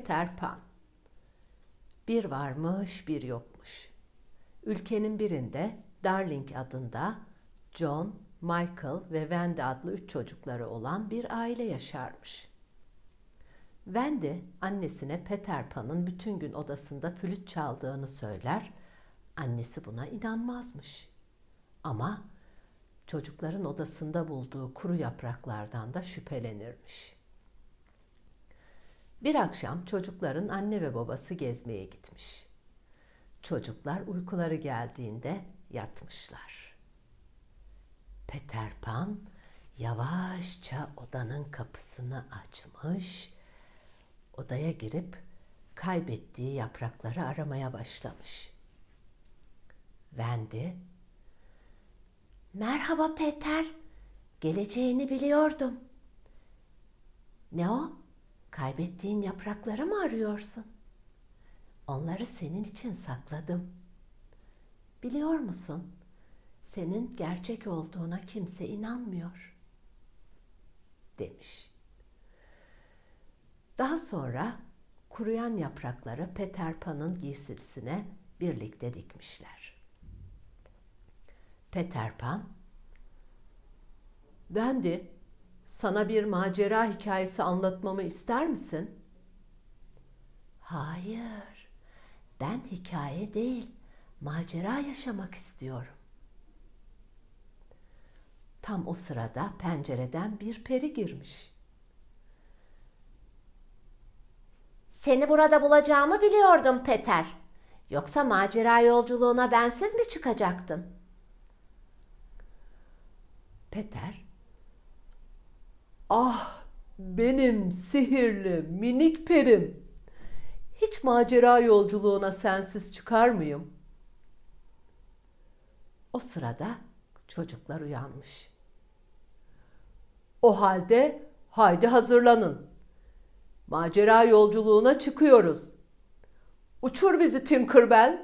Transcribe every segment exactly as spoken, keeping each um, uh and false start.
Peter Pan. Bir varmış, bir yokmuş. Ülkenin birinde Darling adında John, Michael ve Wendy adlı üç çocukları olan bir aile yaşarmış. Wendy annesine Peter Pan'ın bütün gün odasında flüt çaldığını söyler, annesi buna inanmazmış. Ama çocukların odasında bulduğu kuru yapraklardan da şüphelenirmiş. Bir akşam çocukların anne ve babası gezmeye gitmiş. Çocuklar uykuları geldiğinde yatmışlar. Peter Pan yavaşça odanın kapısını açmış, odaya girip kaybettiği yaprakları aramaya başlamış. Wendy, "Merhaba Peter, geleceğini biliyordum." "Ne o? Kaybettiğin yaprakları mı arıyorsun?" "Onları senin için sakladım. Biliyor musun? Senin gerçek olduğuna kimse inanmıyor." demiş. Daha sonra kuruyan yaprakları Peter Pan'ın giysisine birlikte dikmişler. Peter Pan, "Wendy, sana bir macera hikayesi anlatmamı ister misin?" "Hayır, ben hikaye değil, macera yaşamak istiyorum." Tam o sırada pencereden bir peri girmiş. "Seni burada bulacağımı biliyordum Peter. Yoksa macera yolculuğuna bensiz mi çıkacaktın?" Peter, "Ah, benim sihirli minik perim. Hiç macera yolculuğuna sensiz çıkar mıyım?" O sırada çocuklar uyanmış. "O halde haydi hazırlanın. Macera yolculuğuna çıkıyoruz. Uçur bizi Tinkerbell."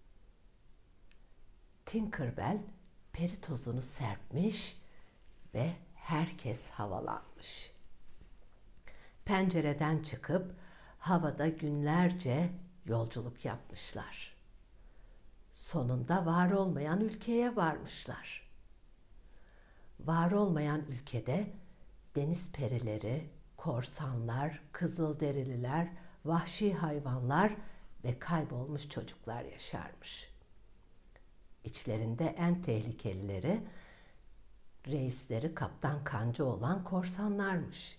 Tinkerbell peri tozunu serpmiş ve herkes havalanmış. Pencereden çıkıp havada günlerce yolculuk yapmışlar. Sonunda var olmayan ülkeye varmışlar. Var olmayan ülkede deniz perileri, korsanlar, kızılderililer, vahşi hayvanlar ve kaybolmuş çocuklar yaşarmış. İçlerinde en tehlikelileri, reisleri Kaptan Kanca olan korsanlarmış.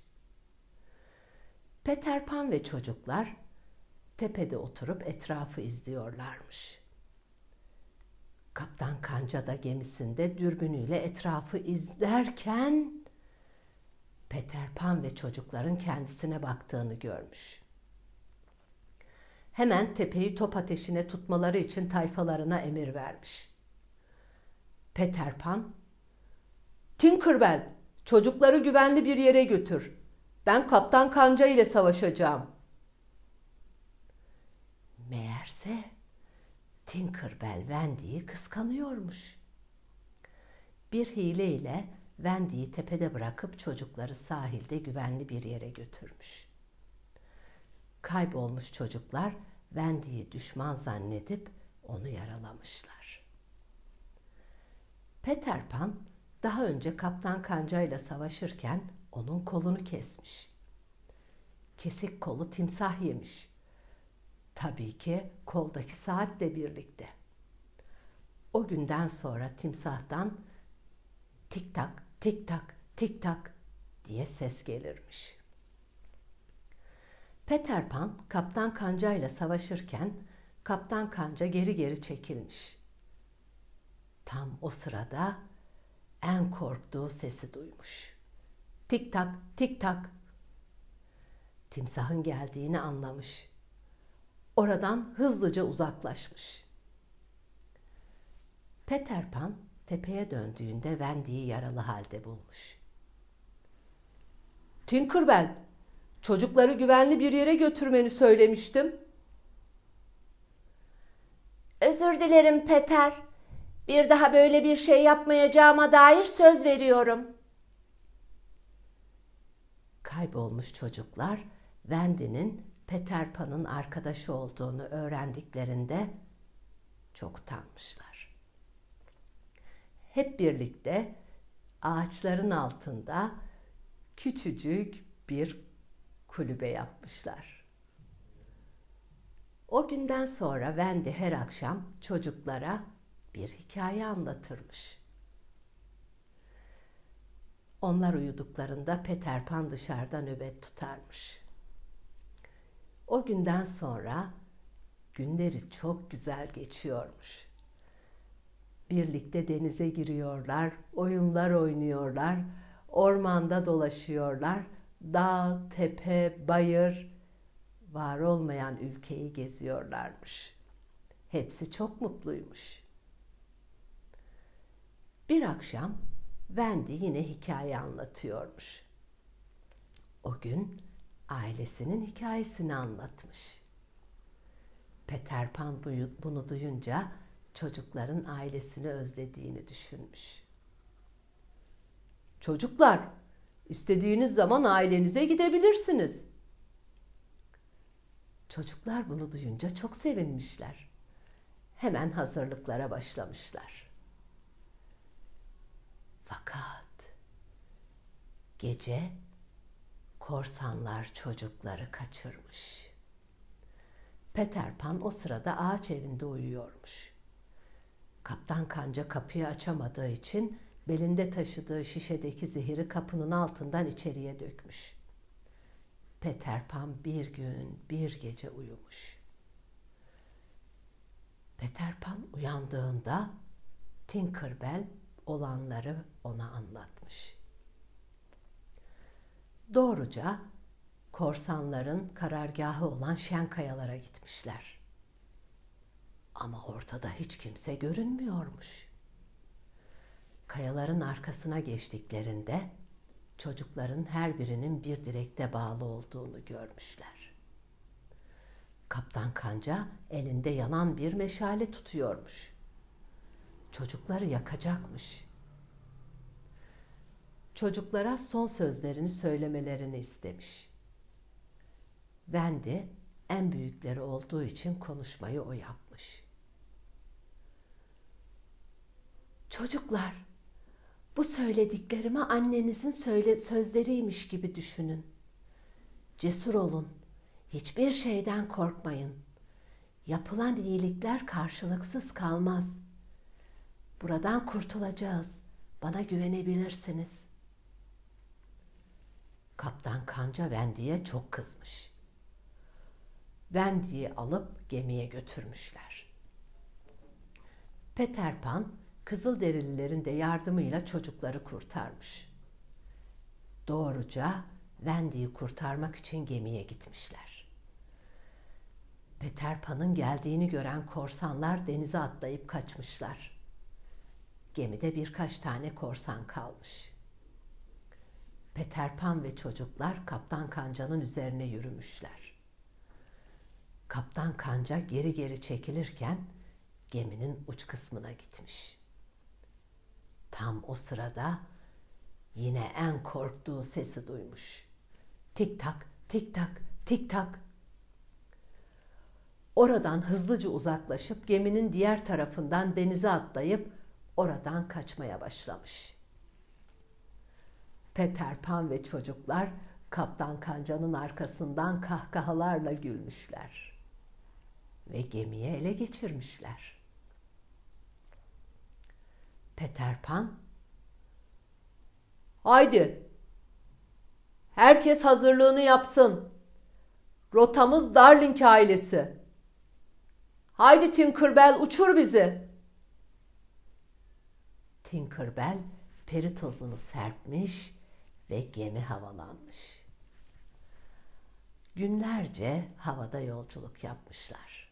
Peter Pan ve çocuklar tepede oturup etrafı izliyorlarmış. Kaptan Kanca da gemisinde dürbünüyle etrafı izlerken Peter Pan ve çocukların kendisine baktığını görmüş. Hemen tepeyi top ateşine tutmaları için tayfalarına emir vermiş. Peter Pan, "Tinkerbell, çocukları güvenli bir yere götür. Ben Kaptan Kanca ile savaşacağım." Meğerse Tinkerbell Wendy'yi kıskanıyormuş. Bir hileyle Wendy'yi tepede bırakıp çocukları sahilde güvenli bir yere götürmüş. Kaybolmuş çocuklar Wendy'yi düşman zannedip onu yaralamışlar. Peter Pan daha önce Kaptan Kanca ile savaşırken onun kolunu kesmiş. Kesik kolu timsah yemiş. Tabii ki koldaki saatle birlikte. O günden sonra timsahtan tik tak, tik tak, tik tak diye ses gelirmiş. Peter Pan Kaptan Kanca ile savaşırken Kaptan Kanca geri geri çekilmiş. Tam o sırada en korktuğu sesi duymuş. Tik tak, tik tak. Timsahın geldiğini anlamış. Oradan hızlıca uzaklaşmış. Peter Pan tepeye döndüğünde Wendy'yi yaralı halde bulmuş. "Tinkerbell, çocukları güvenli bir yere götürmeni söylemiştim." "Özür dilerim Peter. Bir daha böyle bir şey yapmayacağıma dair söz veriyorum." Kaybolmuş çocuklar Wendy'nin Peter Pan'ın arkadaşı olduğunu öğrendiklerinde çok utanmışlar. Hep birlikte ağaçların altında küçücük bir kulübe yapmışlar. O günden sonra Wendy her akşam çocuklara bir hikaye anlatırmış. Onlar uyuduklarında Peter Pan dışarıda nöbet tutarmış. O günden sonra günleri çok güzel geçiyormuş. Birlikte denize giriyorlar, oyunlar oynuyorlar, ormanda dolaşıyorlar, dağ, tepe, bayır, var olmayan ülkeyi geziyorlarmış. Hepsi çok mutluymuş. Bir akşam Wendy yine hikaye anlatıyormuş. O gün ailesinin hikayesini anlatmış. Peter Pan bunu duyunca çocukların ailesini özlediğini düşünmüş. Çocuklar, istediğiniz zaman ailenize gidebilirsiniz. Çocuklar bunu duyunca çok sevinmişler. Hemen hazırlıklara başlamışlar. Fakat gece korsanlar çocukları kaçırmış. Peter Pan o sırada ağaç evinde uyuyormuş. Kaptan Kanca kapıyı açamadığı için belinde taşıdığı şişedeki zehiri kapının altından içeriye dökmüş. Peter Pan bir gün bir gece uyumuş. Peter Pan uyandığında Tinkerbell olanları ona anlatmış. Doğruca korsanların karargahı olan Şenkayalara gitmişler. Ama ortada hiç kimse görünmüyormuş. Kayaların arkasına geçtiklerinde çocukların her birinin bir direkte bağlı olduğunu görmüşler. Kaptan Kanca elinde yanan bir meşale tutuyormuş. Çocukları yakacakmış. Çocuklara son sözlerini söylemelerini istemiş. Wendy en büyükleri olduğu için konuşmayı o yapmış. Çocuklar, bu söylediklerimi annenizin söyle sözleriymiş gibi düşünün. Cesur olun, hiçbir şeyden korkmayın. Yapılan iyilikler karşılıksız kalmaz. Buradan kurtulacağız, bana güvenebilirsiniz. Kaptan Kanca Wendy'ye çok kızmış. Wendy'yi alıp gemiye götürmüşler. Peter Pan, Kızılderililerin de yardımıyla çocukları kurtarmış. Doğruca Wendy'yi kurtarmak için gemiye gitmişler. Peter Pan'ın geldiğini gören korsanlar denize atlayıp kaçmışlar. Gemide birkaç tane korsan kalmış. Peter Pan ve çocuklar Kaptan Kanca'nın üzerine yürümüşler. Kaptan Kanca geri geri çekilirken geminin uç kısmına gitmiş. Tam o sırada yine en korktuğu sesi duymuş. Tik tak, tik tak, tik tak. Oradan hızlıca uzaklaşıp geminin diğer tarafından denize atlayıp oradan kaçmaya başlamış. Peter Pan ve çocuklar Kaptan Kanca'nın arkasından kahkahalarla gülmüşler ve gemiyi ele geçirmişler. Peter Pan, "Haydi, herkes hazırlığını yapsın. Rotamız Darling ailesi. Haydi Tinkerbell, uçur bizi." Tinkerbell peri tozunu serpmiş ve gemi havalanmış. Günlerce havada yolculuk yapmışlar.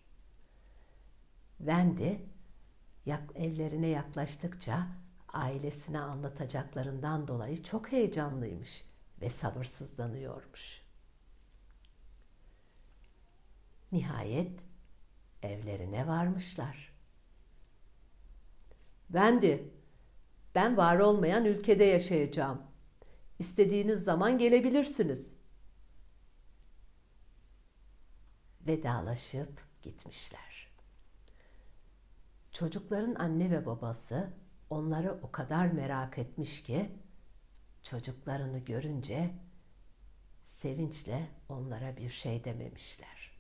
Wendy evlerine yaklaştıkça ailesine anlatacaklarından dolayı çok heyecanlıymış ve sabırsızlanıyormuş. Nihayet evlerine varmışlar. "Wendy, ben var olmayan ülkede yaşayacağım. İstediğiniz zaman gelebilirsiniz." vedalaşıp gitmişler. Çocukların anne ve babası onları o kadar merak etmiş ki çocuklarını görünce sevinçle onlara bir şey dememişler.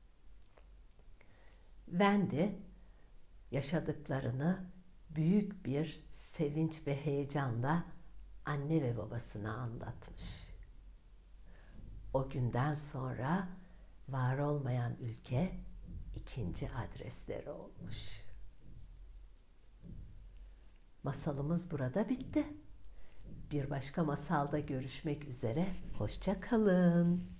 Wendy yaşadıklarını büyük bir sevinç ve heyecanla anne ve babasına anlatmış. O günden sonra var olmayan ülke ikinci adresleri olmuş. Masalımız burada bitti. Bir başka masalda görüşmek üzere. Hoşça kalın.